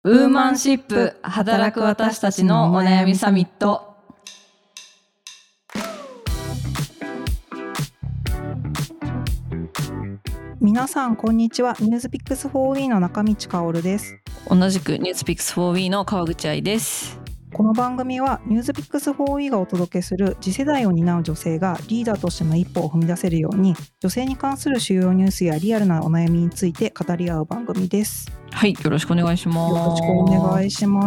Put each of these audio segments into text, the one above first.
ウーマンシップ働く私たちのお悩みサミット。 皆さんこんにちは。ニュースピックス 4E の中道香です。 同じくニュースピックス 4E の川口愛です。 この番組はニュースピックス 4E がお届けする次世代を担う女性がリーダーとしての一歩を踏み出せるように、女性に関する主要ニュースやリアルなお悩みについて語り合う番組です。 はい、よろしくお願いします。 よろしくお願いします。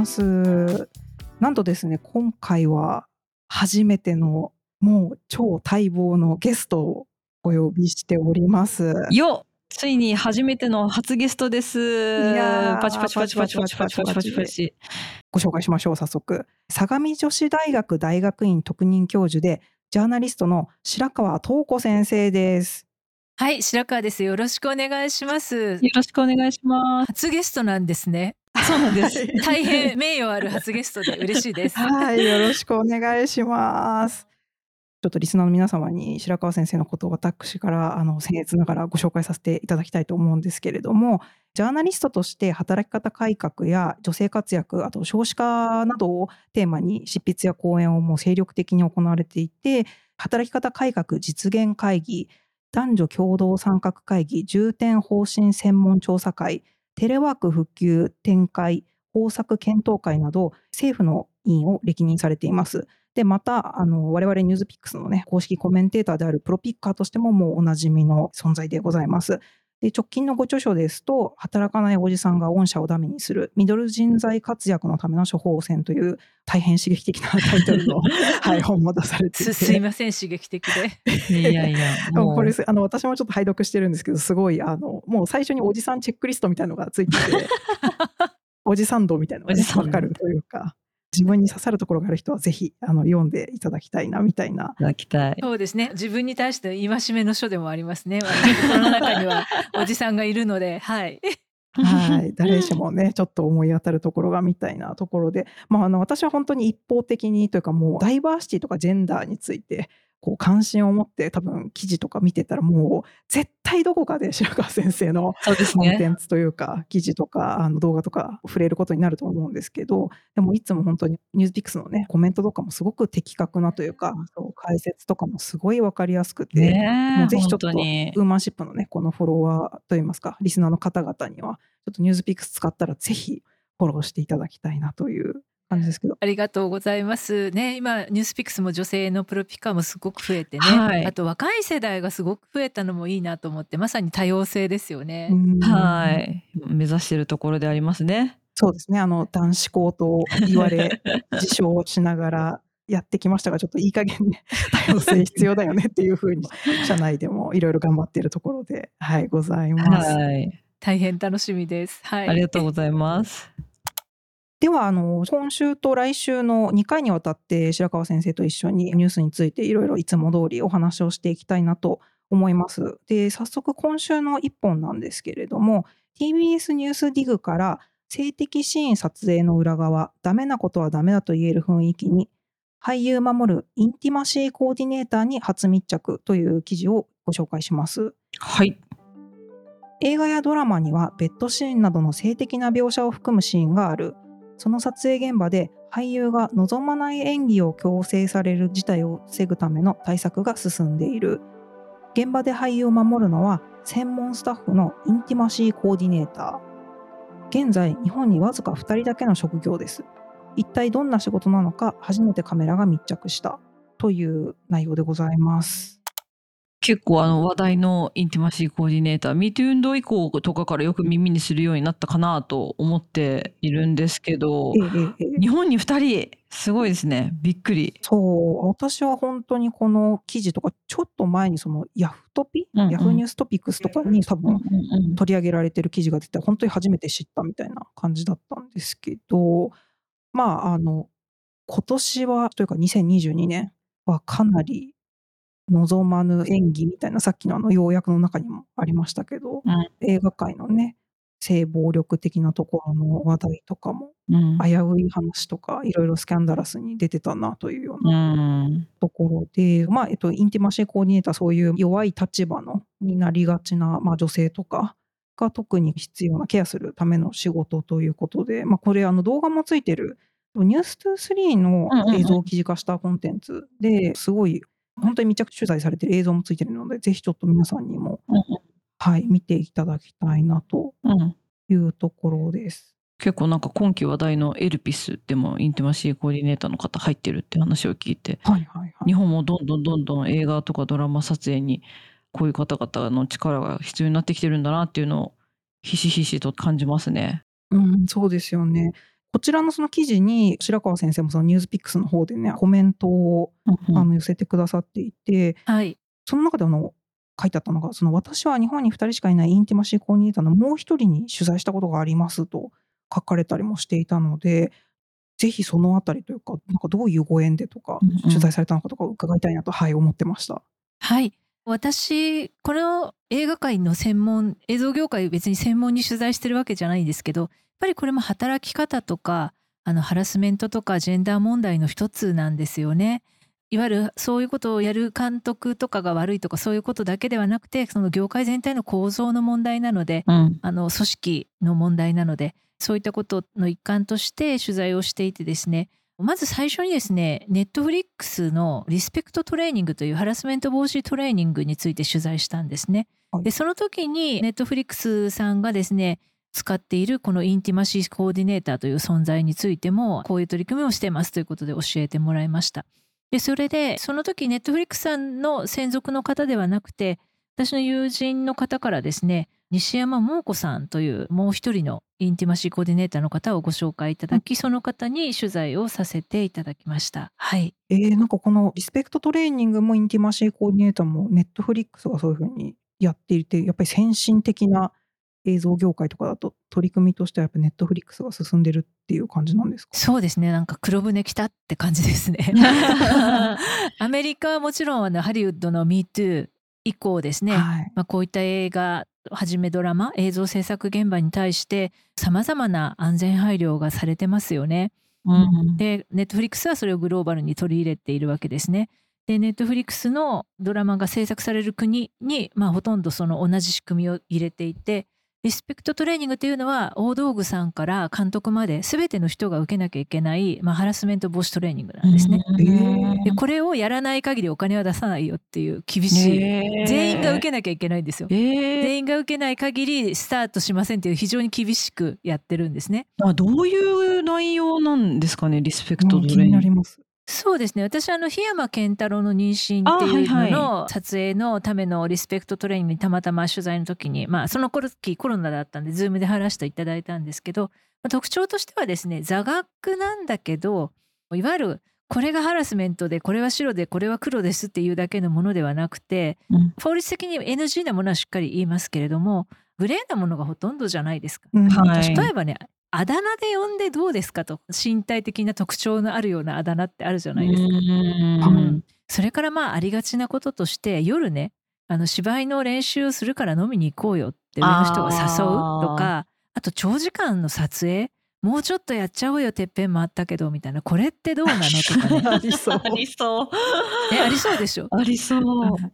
なんとですね、今回は初めてのもう超待望のゲストをお呼びしております。 よっ、ついに初めての初ゲストです。 いやー、 パチパチパチパチパチパチパチパチパチ。 ご紹介しましょう。早速、相模女子大学大学院特任教授でジャーナリストの白川桃子先生です。 はい、白川です。よろしくお願いします。 よろしくお願いします。 初ゲストなんですね。 そうなんです。 大変名誉ある初ゲストで嬉しいです。 はい、よろしくお願いします。ちょっとリスナーの皆様に白川先生のことを私から僭越ながらご紹介させていただきたいと思うんですけれども、ジャーナリストとして働き方改革や女性活躍、あと少子化などをテーマに執筆や講演をもう精力的に行われていて、働き方改革実現会議、男女共同参画会議、重点方針専門調査会、テレワーク普及展開方策検討会など政府の委員を歴任されています。で、また我々ニュースピックスのね、公式コメンテーターであるプロピッカーとしてももうおなじみの存在でございます。で、直近のご著書ですと、働かないおじさんが御社をダメにするミドル人材活躍のための処方箋という大変刺激的なタイトルの、はい、本も出されていて。 すいません、刺激的で。 いやいや、 もうこれ私もちょっと拝読してるんですけど、すごいもう最初におじさんチェックリストみたいなのがついてて、おじさん度みたいなのがね、わかるというか。自分に刺さるところがある人はぜひ読んでいただきたいなみたいな。 いただきたい。 そうですね。自分に対して戒めの書でもありますね。心の中にはおじさんがいるので、はい。 はい、誰しもね、ちょっと思い当たるところがみたいなところで、私は本当に一方的にというか、もうダイバーシティとかジェンダーについてこう関心を持って多分記事とか見てたら、もう絶対どこかで白川先生のそうですコンテね。 ンツというか記事とか動画とか触れることになると思うんですけど、でもいつも本当にニュースピックスのね、コメントとかもすごく的確なというか、そう解説とかもすごい分かりやすくて、もうぜひちょっと本当に。 ウーマンシップのね、このフォロワーといいますか、リスナーの方々にはちょっとニュースピックス使ったらぜひフォローしていただきたいなという感じですけど。 ありがとうございますね。今ニュースピックスも女性のプロピカもすごく増えてね、 はい。 あと若い世代がすごく増えたのもいいなと思って、まさに多様性ですよね。 はい。目指しているところでありますね。 そうですね。男子校と言われ自称しながらやってきましたが、ちょっといい加減ね、多様性必要だよねっていう風に社内でもいろいろ頑張っているところで、はい、ございます。 はい。 大変楽しみです。はありい。 がとうございます。 では今週と来週の2回にわたって白川先生と一緒にニュースについていろいろいつも通りお話をしていきたいなと思います。で、早速今週の1本なんですけれども、TBS ニュースディグから性的シーン撮影の裏側、ダメなことはダメだと言える雰囲気に、俳優守るインティマシーコーディネーターに初密着という記事をご紹介します。 はい。 映画やドラマにはベッドシーンなどの性的な描写を含むシーンがある。その撮影現場で俳優が望まない演技を強制される事態を防ぐための対策が進んでいる。現場で俳優を守るのは専門スタッフのインティマシーコーディネーター。現在日本にわずか2人だけの職業です。一体どんな仕事なのか初めてカメラが密着したという内容でございます。 結構話題のインティマシーコーディネーター、MeToo 運動以降とかからよく耳にするようになったかなと思っているんですけど、日本に2人、すごいですね。びっくり。 そう、私は本当にこの記事とかちょっと前にそのヤフトピ、ヤフーニューストピックスとかに多分取り上げられてる記事が出て、本当に初めて知ったみたいな感じだったんですけど、今年はというか2022年はかなり望まぬ演技みたいな、さっきの要約の中にもありましたけど、映画界のね、性暴力的なところの話題とかも、危うい話とかいろいろスキャンダラスに出てたなというようなところで、インティマシーコーディネーター、そういう弱い立場のになりがちな、女性とかが特に必要なケアするための仕事ということで、これ動画もついてるニュース2 3の映像を記事化したコンテンツで、すごい本当に密着取材されてる映像もついてるので、ぜひちょっと皆さんにも、はい、見ていただきたいなというところです。 結構なんか今期話題のエルピスでもインティマシーコーディネーターの方入ってるって話を聞いて、日本もどんどん映画とかドラマ撮影にこういう方々の力が必要になってきてるんだなっていうのをひしひしと感じますね。 そうですよね。こちらのその記事に白川先生もそのニュースピックスの方でね、コメントを寄せてくださっていて、その中で書いてあったのが、私は日本に2人しかいないインティマシーコーディネーターのもう一人に取材したことがありますと書かれたりもしていたので、ぜひそのあたりというか、なんかどういうご縁でとか、取材されたのかとか伺いたいなと、思ってました。 はい。私、この映画界の映像業界を別に専門に取材してるわけじゃないんですけど、やっぱりこれも働き方とか、ハラスメントとかジェンダー問題の一つなんですよね。いわゆるそういうことをやる監督とかが悪いとかそういうことだけではなくて、その業界全体の構造の問題なので、組織の問題なので、そういったことの一環として取材をしていてですね、まず最初にですね、ネットフリックスのリスペクトトレーニングというハラスメント防止トレーニングについて取材したんですね。で、その時にネットフリックスさんがですね、使っているこのインティマシーコーディネーターという存在についても、こういう取り組みをしてますということで教えてもらいました。で、それで、その時ネットフリックスさんの専属の方ではなくて、私の友人の方からですね、西山桃子さんというもう一人のインティマシーコーディネーターの方をご紹介いただき、その方に取材をさせていただきました。はい。 なんかこのリスペクトトレーニングもインティマシーコーディネーターもネットフリックスがそういう風にやっていて、やっぱり先進的な映像業界とかだと取り組みとしてはやっぱネットフリックスが進んでるっていう感じなんですか？ そうですね。なんか黒船来たって感じですね。アメリカはもちろんハリウッドの MeToo 以降ですね、こういった映画はじめドラマ、映像制作現場に対して様々な安全配慮がされてますよね。で、ネットフリックスはそれをグローバルに取り入れているわけですね。で、ネットフリックスのドラマが制作される国に、ほとんどその同じ仕組みを入れていて、リスペクトトレーニングというのは大道具さんから監督まで全ての人が受けなきゃいけない、ハラスメント防止トレーニングなんですね。で、これをやらない限りお金は出さないよっていう厳しい、全員が受けなきゃいけないんですよ。全員が受けない限りスタートしませんっていう非常に厳しくやってるんですね。 どういう内容なんですかね、リスペクトトレーニング。 気になります。 そうですね。私檜山健太郎の妊娠っていうのの撮影のためのリスペクトトレーニングにたまたま取材の時に、その頃コロナだったんでズームで話していただいたんですけど、特徴としてはですね、座学なんだけど、いわゆるこれがハラスメントでこれは白でこれは黒ですっていうだけのものではなくて、法律的に NG なものはしっかり言いますけれども、グレーなものがほとんどじゃないですか。例えばね、あだ名で呼んでどうですかと、身体的な特徴のあるようなあだ名ってあるじゃないですか。それからありがちなこととして夜ね、芝居の練習をするから飲みに行こうよって上の人が誘うとか、あと長時間の撮影、もうちょっとやっちゃおうよ、てっぺん回ったけどみたいな、これってどうなのとかね。 ありそう。ありそう。 ありそうでしょ。 ありそう。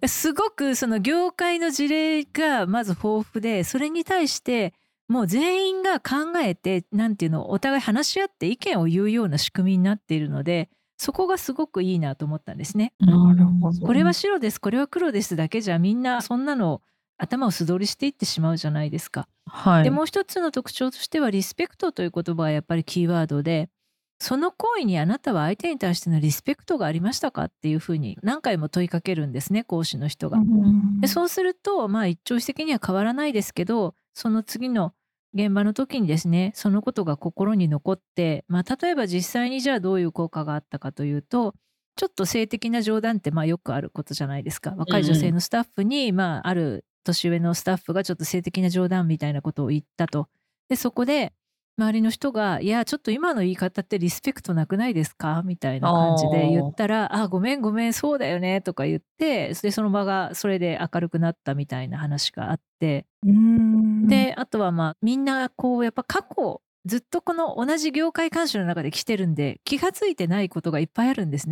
すごくその業界の事例がまず豊富で、それに対してもう全員が考えて、なんていうの、お互い話し合って意見を言うような仕組みになっているので、そこがすごくいいなと思ったんですね。 なるほど。 これは白です、これは黒ですだけじゃみんなそんなの頭を素通りしていってしまうじゃないですか。で、もう一つの特徴としてはリスペクトという言葉はやっぱりキーワードで、その行為にあなたは相手に対してのリスペクトがありましたかっていうふうに何回も問いかけるんですね、講師の人が。で、そうすると一朝一夕には変わらないですけど、その次の現場の時にですね、そのことが心に残って、例えば実際にじゃあどういう効果があったかというと、ちょっと性的な冗談ってよくあることじゃないですか。若い女性のスタッフに、ある年上のスタッフがちょっと性的な冗談みたいなことを言ったと。で、そこで周りの人が、いや、ちょっと今の言い方ってリスペクトなくないですかみたいな感じで言ったら、ごめんごめん、そうだよねとか言って、で、その場がそれで明るくなったみたいな話があって、で、あとはみんなやっぱ過去、ずっとこの同じ業界慣習の中で来てるんで、気がついてないことがいっぱいあるんですね。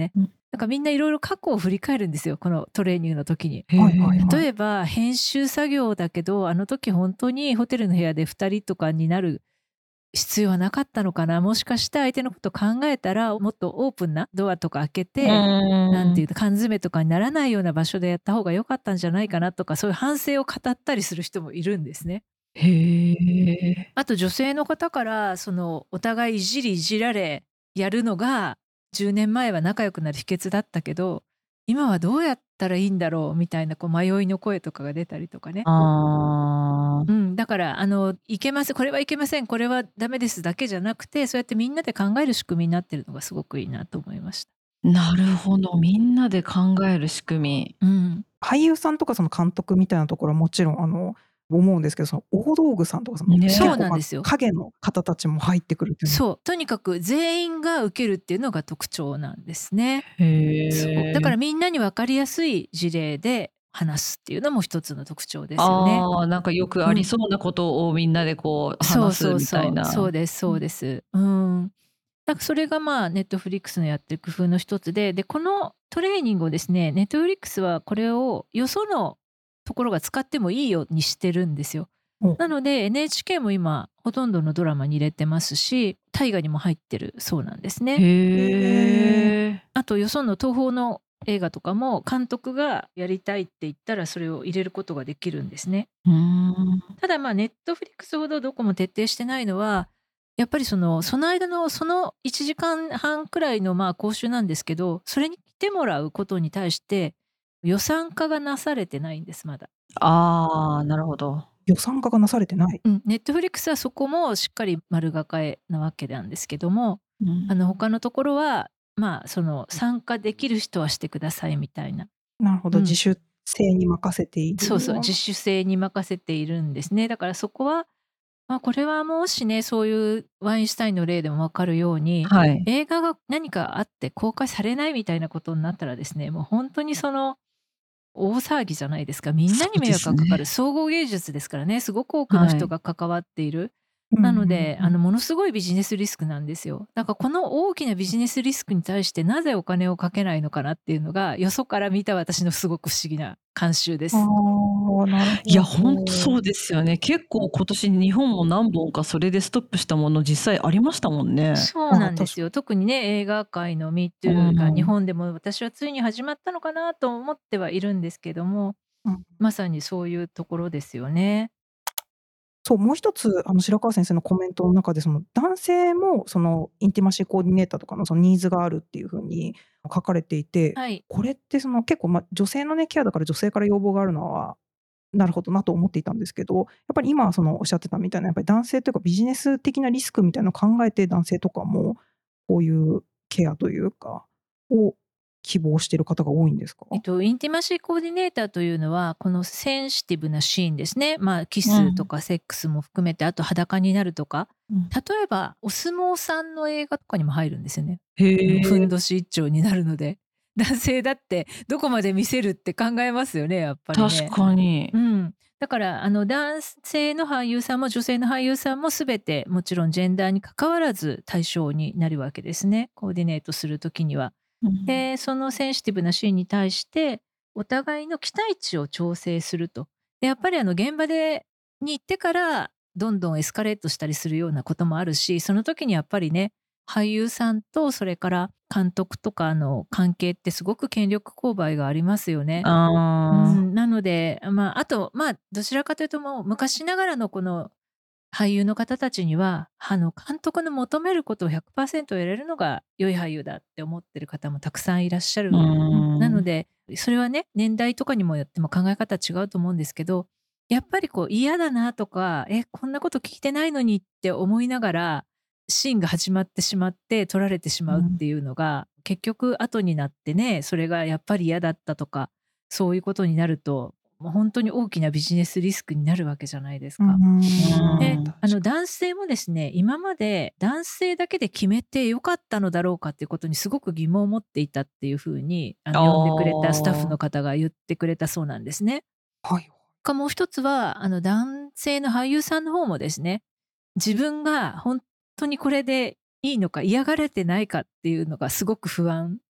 だからみんないろいろ過去を振り返るんですよ、このトレーニングの時に。 はいはいはい。 例えば編集作業だけど、あの時本当にホテルの部屋で2人とかになる必要はなかったのかな、もしかして相手のこと考えたらもっとオープンなドアとか開けて、なんていうか缶詰とかにならないような場所でやった方が良かったんじゃないかなとか、そういう反省を語ったりする人もいるんですね。 へえ。 あと女性の方からそのお互いいじりいじられやるのが10年前は仲良くなる秘訣だったけど、今はどうやったらいいんだろうみたいなこう迷いの声とかが出たりとかね。 ああ。 だからいけません、これはいけません、これはダメですだけじゃなくて、そうやってみんなで考える仕組みになってるのがすごくいいなと思いました。 なるほど、みんなで考える仕組み。 俳優さんとかその監督みたいなところはもちろん思うんですけど、その大道具さんとかそう結構なんですよ。 影の方たちも入ってくるっていうのは。 そう、とにかく全員が受けるっていうのが特徴なんですね。 へだからえ。 みんなに分かりやすい事例で話すっていうのも一つの特徴ですよね。 なんかよくありそうなことをみんなでこうそう話すみそうそう、 たいな。 そうですそうです。なんかそれがネットフリックスのやってる工夫の一つで、このトレーニングをですね、ネットフリックスはこれをよそのところが使ってもいいようにしてるんですよ。なので NHK も今ほとんどのドラマに入れてますし、大河にも入ってるそうなんですね。 へえ。 あとよその東宝の映画とかも監督がやりたいって言ったらそれを入れることができるんですね。ただネットフリックスほどどこも徹底してないのは、やっぱりその間のその1時間半くらいの講習なんですけど、それに来てもらうことに対して予算化がなされてないんです、まだ。 なるほど。 予算化がなされてない。 ネットフリックスはそこもしっかり丸がかえなわけなんですけども、他のところはその参加できる人はしてくださいみたいな。 なるほど、自主性に任せている。 そうそう、自主性に任せているんですね。だからそこは、これはもしね、そういうワインシュタインの例でも分かるように、 はい。 映画が何かあって公開されないみたいなことになったらですね、もう本当にその大騒ぎじゃないですか。みんなに迷惑がかかる。総合芸術ですからね、すごく多くの人が関わっている。なので、ものすごいビジネスリスクなんですよ。だからこの大きなビジネスリスクに対してなぜお金をかけないのかなっていうのが、よそから見た私のすごく不思議な慣習です。 なるほど。 いや、ほんとそうですよね。結構今年日本も何本かそれでストップしたもの実際ありましたもんね。 そうなんですよ。特にね、映画界の MeToo が日本でも私はついに始まったのかなと思ってはいるんですけども、まさにそういうところですよね。 そう、もう一つ白川先生のコメントの中で、その男性もそのインティマシーコーディネーターとかのそのニーズがあるっていう風に書かれていて、 はい。 これってその結構女性のね、ケアだから女性から要望があるのは、なるほどなと思っていたんですけど、やっぱり今そのおっしゃってたみたいな、やっぱり男性というかビジネス的なリスクみたいなのを考えて、男性とかもこういうケアというかを希望してる方が多いんですか？ インティマシーコーディネーターというのは、このセンシティブなシーンですね。キスとかセックスも含めて、あと裸になるとか、例えばお相撲さんの映画とかにも入るんですよね。ふんどし一丁になるので。男性だってどこまで見せるって考えますよね、やっぱりね。 確かに。 だから男性の俳優さんも女性の俳優さんも全てもちろんジェンダーに関わらず対象になるわけですね。コーディネートする時には。で、そのセンシティブなシーンに対して、お互いの期待値を調整すると。で、やっぱり現場に行ってから、どんどんエスカレートしたりするようなこともあるし、その時にやっぱりね、俳優さんとそれから監督とかの関係ってすごく権力勾配がありますよね。なので、あと、どちらかというともう昔ながらのこの俳優の方たちには、監督の求めることを 100% やれるのが良い俳優だって思ってる方もたくさんいらっしゃる。なので、それはね、年代とかにもよっても考え方違うと思うんですけど、やっぱり嫌だなとか、こんなこと聞いてないのにって思いながら、シーンが始まってしまって撮られてしまうっていうのが、結局後になってね、それがやっぱり嫌だったとか、そういうことになると、もう本当に大きなビジネスリスクになるわけじゃないですか。で、男性もですね、今まで男性だけで決めて良かったのだろうかっていうことにすごく疑問を持っていたっていう風に、呼んでくれたスタッフの方が言ってくれたそうなんですね。 はい。 もう一つは、男性の俳優さんの方もですね、自分が本当にこれでいいのか、嫌がれてないかっていうのがすごく不安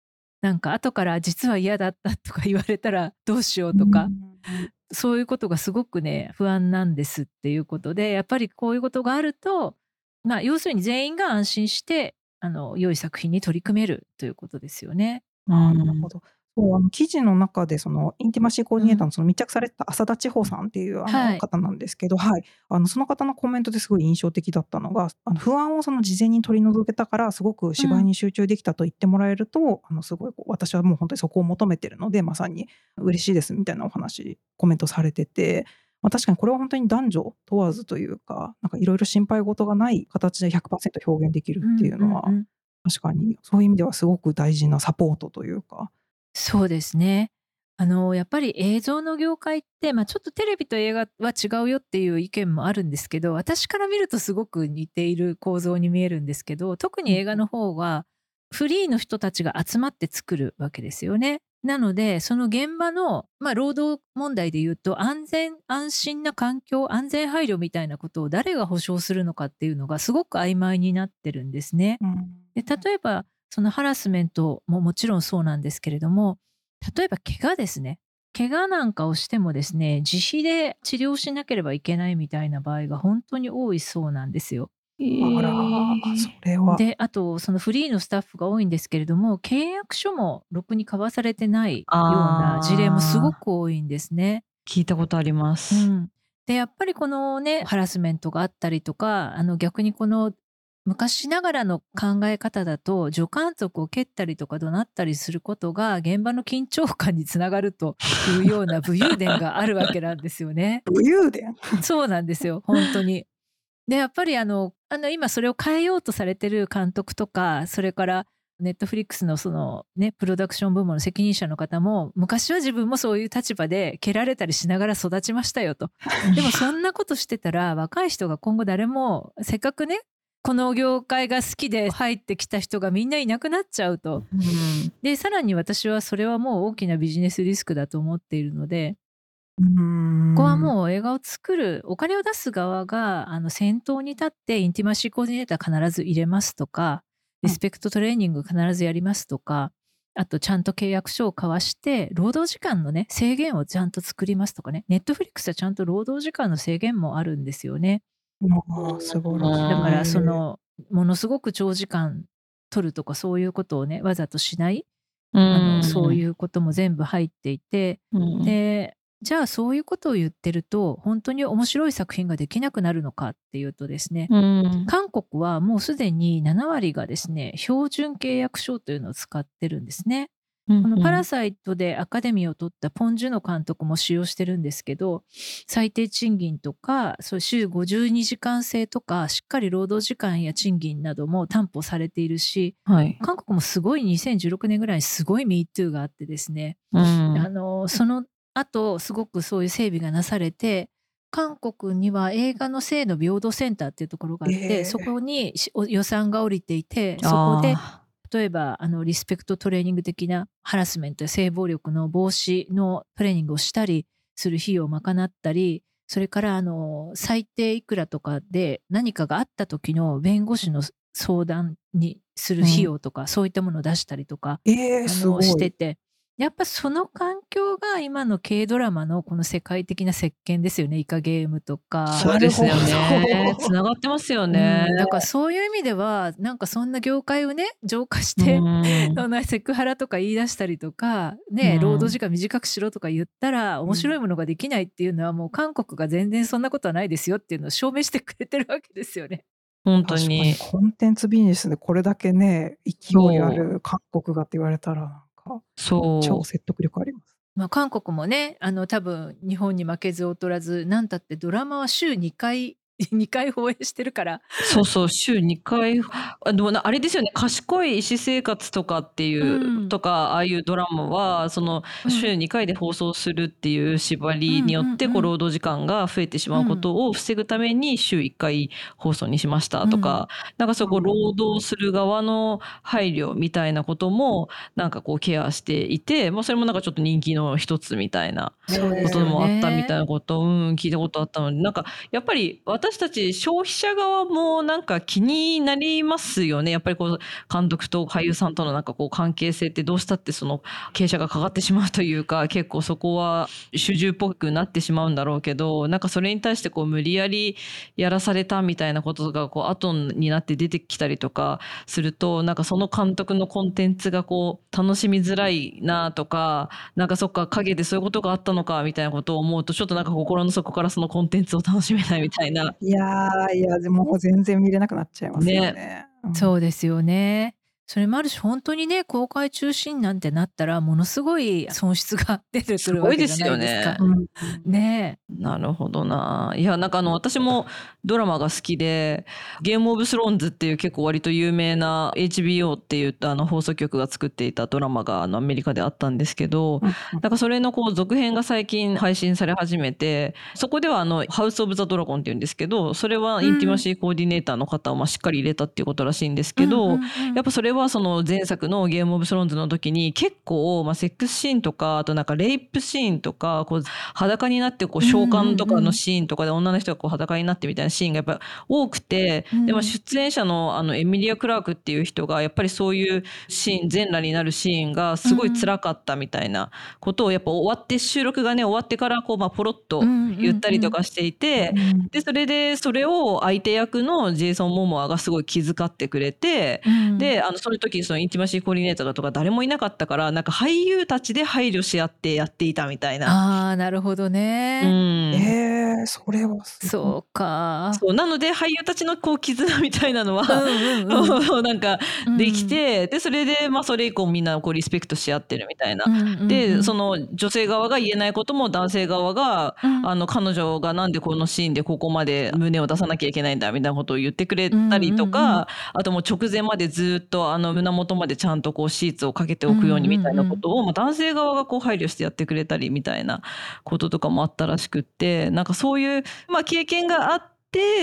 なんか後から実は嫌だったとか言われたらどうしようとか、そういうことがすごくね不安なんですっていうことで、やっぱりこういうことがあると、要するに全員が安心して良い作品に取り組めるということですよね。 なるほど。そう、記事の中でそのインティマシーコーディネーターのその密着されてた浅田千穂さんっていうはい。 方なんですけど、はい。その方のコメントですごい印象的だったのが、不安をその事前に取り除けたから、すごく芝居に集中できたと言ってもらえると、すごい私はもう本当にそこを求めてるので、まさに嬉しいですみたいなお話、コメントされてて、確かにこれは本当に男女問わずというか、なんかいろいろ心配事がない形で 100% 表現できるっていうのは、確かにそういう意味ではすごく大事なサポートというか。 そうですね。やっぱり映像の業界って、ちょっとテレビと映画は違うよっていう意見もあるんですけど、私から見るとすごく似ている構造に見えるんですけど、特に映画の方はフリーの人たちが集まって作るわけですよね。なので、その現場の、労働問題で言うと、安全安心な環境、安全配慮みたいなことを誰が保証するのかっていうのがすごく曖昧になってるんですね。で、例えばそのハラスメントももちろんそうなんですけれども、例えば怪我ですね。怪我なんかをしてもですね、自費で治療しなければいけないみたいな場合が本当に多いそうなんですよ。 あら、それは。 で、あとそのフリーのスタッフが多いんですけれども、契約書もろくに交わされてないような事例もすごく多いんですね。 聞いたことあります。 で、やっぱりこのね、ハラスメントがあったりとか、逆にこの昔ながらの考え方だと、助監督を蹴ったりとか怒鳴ったりすることが現場の緊張感につながるというような武勇伝があるわけなんですよね。 武勇伝そうなんですよ、本当に。で、やっぱり今それを変えようとされてる監督とか、それからネットフリックスのそのね、プロダクション部門の責任者の方も、昔は自分もそういう立場で蹴られたりしながら育ちましたよと。でもそんなことしてたら、若い人が今後誰も、せっかくね、この業界が好きで入ってきた人がみんないなくなっちゃうと。で、さらに私はそれはもう大きなビジネスリスクだと思っているので、ここはもう映画を作る、お金を出す側が先頭に立ってインティマシーコーディネーター必ず入れますとか、リスペクトトレーニング必ずやりますとか、あとちゃんと契約書を交わして、労働時間のね、制限をちゃんと作りますとかね。ネットフリックスはちゃんと労働時間の制限もあるんですよね。 素晴らしい。 だからものすごく長時間取るとかそういうことをね、わざとしない、そういうことも全部入っていて、で、じゃあそういうことを言ってると、本当に面白い作品ができなくなるのかっていうとですね、韓国はもうすでに7割がですね、標準契約書というのを使ってるんですね。このパラサイトでアカデミーを取ったポン・ジュノ監督も使用してるんですけど、最低賃金とか、そう週52時間制とか、しっかり労働時間や賃金なども担保されているし、韓国もすごい2016年ぐらいにすごい MeToo があってですね、その後すごくそういう整備がなされて、韓国には映画の性の平等センターっていうところがあって、そこに予算が下りていて、そこで例えばリスペクトトレーニング的なハラスメントや性暴力の防止のトレーニングをしたりする費用を賄ったり、それから最低いくらとかで何かがあった時の弁護士の相談にする費用とか、そういったものを出したりとか、してて、やっぱその環境が今のKドラマのこの世界的な席巻ですよね。イカゲームとか。 そうですよね。つながってますよね。 だからそういう意味では、なんかそんな業界をね、浄化して、セクハラとか言い出したりとか、ね、労働時間短くしろとか言ったら、面白いものができないっていうのは、もう韓国が全然そんなことはないですよっていうのを証明してくれてるわけですよね。 本当に。 コンテンツビジネスでこれだけね、勢いある韓国がって言われたら、超説得力あります。 韓国もね、多分日本に負けず劣らず、なんたってドラマは週2回放映してるから。 そう、週2回。でもあれですよね、賢い医師生活とかっていう、とか、ああいうドラマは、その週2回で放送するっていう縛りによって、労働時間が増えてしまうことを防ぐために週1回放送にしましたとか、なんかそこ労働する側の配慮みたいなことも、なんかこうケアしていて、それもなんかちょっと人気の一つみたいなこともあったみたいなことを、聞いたことあったので、なんかやっぱり私私たち消費者側もなんか気になりますよね。やっぱりこう監督と俳優さんとのなんかこう関係性ってどうしたってその傾斜がかかってしまうというか、結構そこは主従っぽくなってしまうんだろうけど、なんかそれに対してこう無理やりやらされたみたいなことがこう後になって出てきたりとかすると、なんかその監督のコンテンツがこう楽しみづらいなとか、なんかそっか陰でそういうことがあったのかみたいなことを思うと、ちょっとなんか心の底からそのコンテンツを楽しめないみたいな。 いやいや、でも全然見れなくなっちゃいますよね。 ね。 そうですよね。それもあるし、本当にね、公開中止なんてなったら、ものすごい損失が出てくるわけじゃないですか。ね。 なるほどな。いや、なんか私もドラマが好きで、ゲームオブスローンズっていう結構割と有名な HBO っていう放送局が作っていたドラマがアメリカであったんですけど、なんかそれのこう続編が最近配信され始めて、そこではハウスオブザドラゴンっていうんですけど、それはインティマシーコーディネーターの方をしっかり入れたっていうことらしいんですけど、やっぱそれはその前作のゲームオブスローンズの時に結構セックスシーンとか、あとなんかレイプシーンとか、こう裸になってこう召喚とかのシーンとかで女の人がこう裸になってみたいなシーンがやっぱ多くて、でも出演者のエミリア・クラークっていう人がやっぱりそういうシーン、全裸になるシーンがすごい辛かったみたいなことをやっぱ終わって、収録がね終わってからこうポロッと言ったりとかしていて、でそれを相手役のジェイソン・モモアがすごい気遣ってくれて、でその時そのインティマシーコーディネーターとか誰もいなかったから、なんか俳優たちで配慮し合ってやっていたみたいな。 ああ、なるほどね。 それはそうか。 そうなので俳優たちのこう絆みたいなのはなんかできて、でそれでそれ以降みんなこうリスペクトし合ってるみたいな。でその女性側が言えないことも男性側が、彼女がなんでこのシーンでここまで胸を出さなきゃいけないんだみたいなことを言ってくれたりとか、あともう直前までずっと胸元までちゃんとこうシーツをかけておくようにみたいなことを、男性側がこう配慮してやってくれたりみたいなこととかもあったらしくって、なんかそういう経験があって、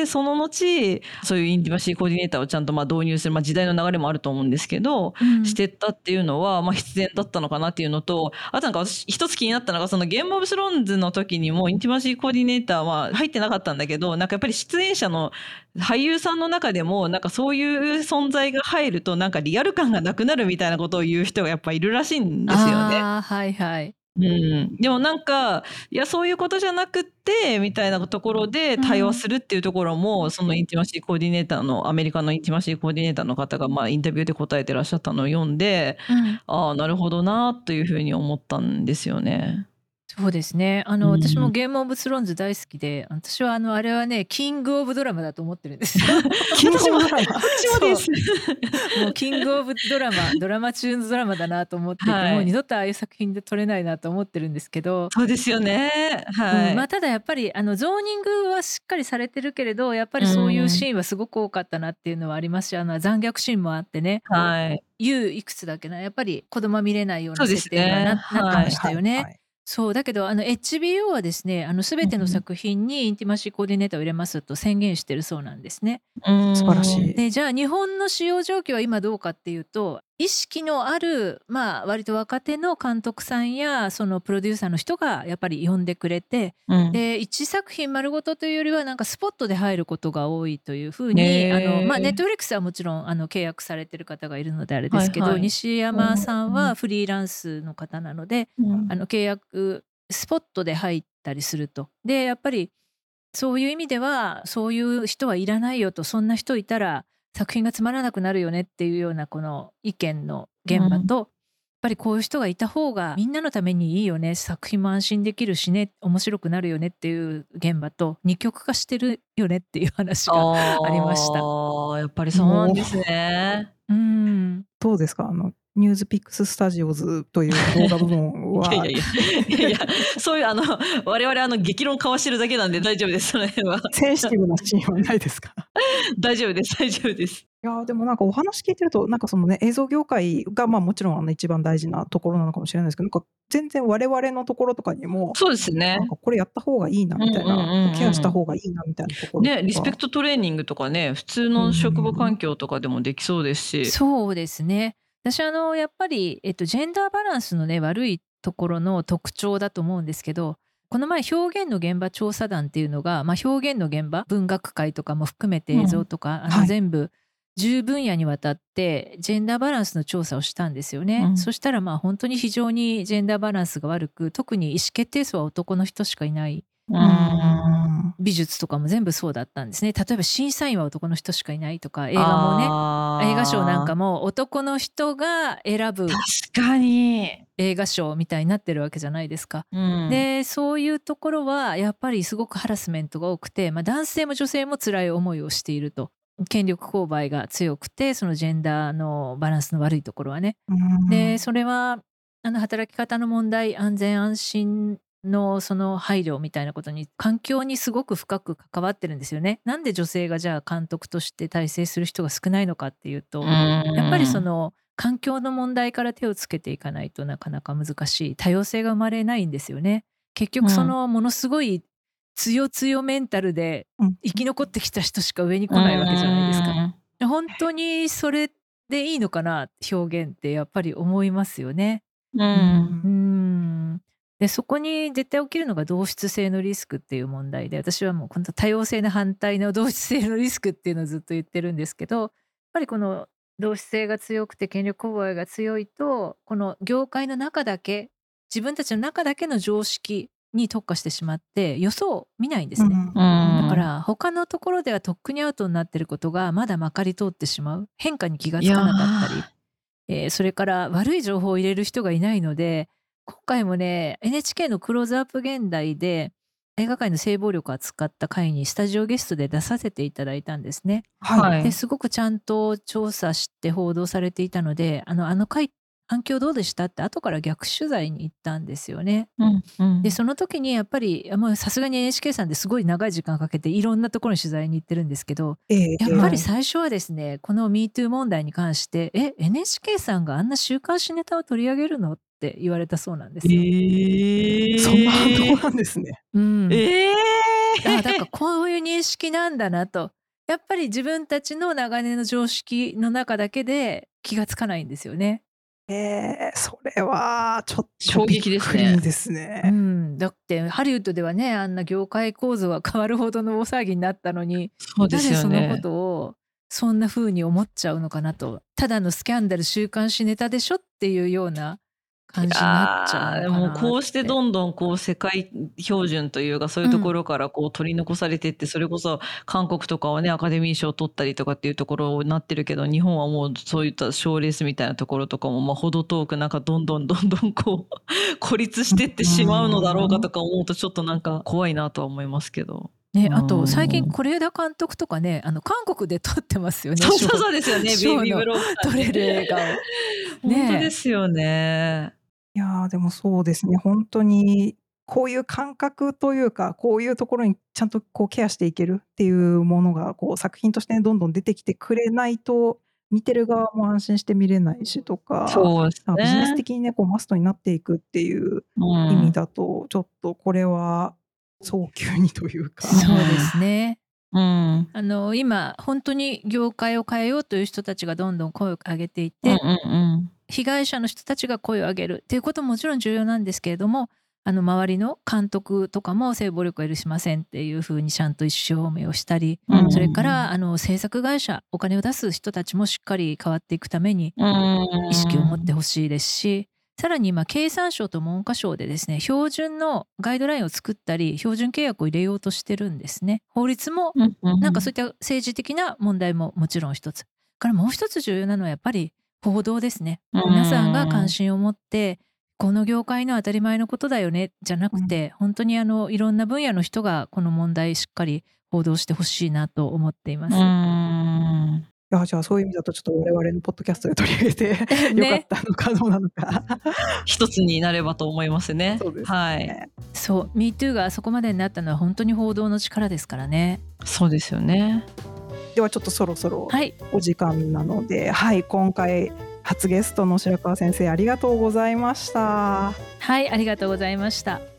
その後そういうインティマシーコーディネーターをちゃんと導入する、時代の流れもあると思うんですけど、してったっていうのは必然だったのかなっていうのと、あとなんか私一つ気になったのが、そのゲームオブスローンズの時にもインティマシーコーディネーターは入ってなかったんだけど、なんかやっぱり出演者の俳優さんの中でもなんかそういう存在が入るとなんかリアル感がなくなるみたいなことを言う人がやっぱいるらしいんですよね。 はいはい。 でもなんかいやそういうことじゃなくってみたいなところで対話するっていうところも、そのインティマシーコーディネーターのアメリカのインティマシーコーディネーターの方がインタビューで答えてらっしゃったのを読んで、ああなるほどなというふうに思ったんですよね。 そうですね。私もゲームオブスローンズ大好きで、私はあれはね、キングオブドラマだと思ってるんですよ。 キングオブドラマ。 私もです。 もうキングオブドラマ中のドラマだなと思ってて、もう二度とああいう作品で撮れないなと思ってるんですけど。 そうですよね。はい。 ただやっぱりゾーニングはしっかりされてるけれど、やっぱりそういうシーンはすごく多かったなっていうのはありますし、残虐シーンもあってね。 はい。 いくつだっけな、やっぱり子供は見れないような設定にはなってましたよね。そうだけどHBO はですね、全ての作品にインティマシーコーディネーターを入れますと宣言してるそうなんですね。 素晴らしい。 でじゃあ日本の使用状況は今どうかっていうと、意識のある割と若手の監督さんやそのプロデューサーの人がやっぱり呼んでくれて、で1作品丸ごとというよりはなんかスポットで入ることが多いというふうに、ネットフリックスはもちろん契約されてる方がいるのであれですけど、西山さんはフリーランスの方なので、契約スポットで入ったりすると。でやっぱりそういう意味ではそういう人はいらないよと、そんな人いたら作品がつまらなくなるよねっていうようなこの意見の現場と、やっぱりこういう人がいた方がみんなのためにいいよね、作品も安心できるしね、面白くなるよねっていう現場と二極化してるよねっていう話がありました。 やっぱりそうなんですね。 どうですか、ニュースピックススタジオズという動画部門は。 いやそういう我々激論交わしてるだけなんで大丈夫です。その辺は。 センシティブなシーンはないですか？ 大丈夫です大丈夫です。 いやでもなんかお話聞いてると、なんかそのね、映像業界がもちろん一番大事なところなのかもしれないですけど、なんか全然我々のところとかにも、 そうですね。 なんかこれやった方がいいなみたいな、ケアした方がいいなみたいなところね、リスペクトトレーニングとかね、普通の職場環境とかでもできそうですし。 そうですね。私やっぱりジェンダーバランスのね悪いところの特徴だと思うんですけど、 この前表現の現場調査団っていうのが、表現の現場文学界とかも含めて映像とか、全部10分野にわたってジェンダーバランスの調査をしたんですよね。そしたら本当に非常にジェンダーバランスが悪く、特に意思決定層は男の人しかいない。美術とかも全部そうだったんですね。例えば審査員は男の人しかいないとか、映画もね、映画賞なんかも男の人が選ぶ確かに映画賞みたいになってるわけじゃないですか。でそういうところはやっぱりすごくハラスメントが多くて、男性も女性も辛い思いをしていると。権力勾配が強くて、そのジェンダーのバランスの悪いところはね。でそれは働き方の問題、安全安心のその配慮みたいなことに、環境にすごく深く関わってるんですよね。なんで女性がじゃあ監督として体制する人が少ないのかっていうと、やっぱりその環境の問題から手をつけていかないとなかなか難しい、多様性が生まれないんですよね。結局そのものすごい強メンタルで生き残ってきた人しか上に来ないわけじゃないですか。本当にそれでいいのかな、表現ってやっぱり思いますよね。でそこに絶対起きるのが同質性のリスクっていう問題で、私はもう本当多様性の反対の同質性のリスクっていうのをずっと言ってるんですけど、やっぱりこの同質性が強くて権力勾配が強いと、この業界の中だけ、自分たちの中だけの常識に特化してしまってよそを見ないんですね。だから他のところではとっくにアウトになってることがまだまかり通ってしまう、変化に気がつかなかったり、それから悪い情報を入れる人がいないので、今回もね NHK のクローズアップ現代で映画界の性暴力を扱った回にスタジオゲストで出させていただいたんですね。ですごくちゃんと調査して報道されていたので、あの回反響どうでしたって後から逆取材に行ったんですよね。でその時にやっぱりさすがに NHK さんですごい長い時間かけていろんなところに取材に行ってるんですけど、やっぱり最初はですね、この MeToo 問題に関してNHK さんがあんな週刊誌ネタを取り上げるのって言われたそうなんですよ。 そんな反応なんですね。 だからこういう認識なんだなと、やっぱり自分たちの長年の常識の中だけで気がつかないんですよね。 それはちょっと衝撃ですね。 だってハリウッドではね、あんな業界構造が変わるほどの大騒ぎになったのに、 そうですよね、 なぜそのことをそんな風に思っちゃうのかなと。ただのスキャンダル週刊誌ネタでしょっていうような感じになっちゃうのかなって。 もうこうしてどんどんこう世界標準というかそういうところからこう取り残されてって、それこそ韓国とかはねアカデミー賞を取ったりとかっていうところになってるけど、日本はもうそういった賞レースみたいなところとかも程遠くどんどんこう孤立してってしまうのだろうかとか思うとちょっと怖いなとは思いますけど。 あと最近是枝監督とかね、韓国で撮ってますよね。 そうですよね、ベイビーブロー撮れる映画を。 本当ですよね。 いやでもそうですね、本当にこういう感覚というか、こういうところにちゃんとこうケアしていけるっていうものがこう作品としてどんどん出てきてくれないと、見てる側も安心して見れないしとか、ビジネス的にねこうマストになっていくっていう意味だと、ちょっとこれは早急にというか。 そうですね。今本当に業界を変えようという人たちがどんどん声を上げていて、被害者の人たちが声を上げるっていうことももちろん重要なんですけれども、周りの監督とかも性暴力は許しませんっていうふうにちゃんと意思表明をしたり、それから制作会社、お金を出す人たちもしっかり変わっていくために意識を持ってほしいですし、さらに今経産省と文科省でですね、標準のガイドラインを作ったり標準契約を入れようとしてるんですね。法律もそういった政治的な問題ももちろん一つから、もう一つ重要なのはやっぱり報道ですね。皆さんが関心を持ってこの業界の当たり前のことだよねじゃなくて、本当にいろんな分野の人がこの問題しっかり報道してほしいなと思っています。 じゃあそういう意味だとちょっと我々のポッドキャストで取り上げてよかったのかどうなのか一つになればと思いますね。 そうですね。 そう、MeToo がそこまでになったのは本当に報道の力ですからね。 そうですよね。 ではちょっとそろそろお時間なので、今回初ゲストの白川先生ありがとうございました。 ありがとうございました。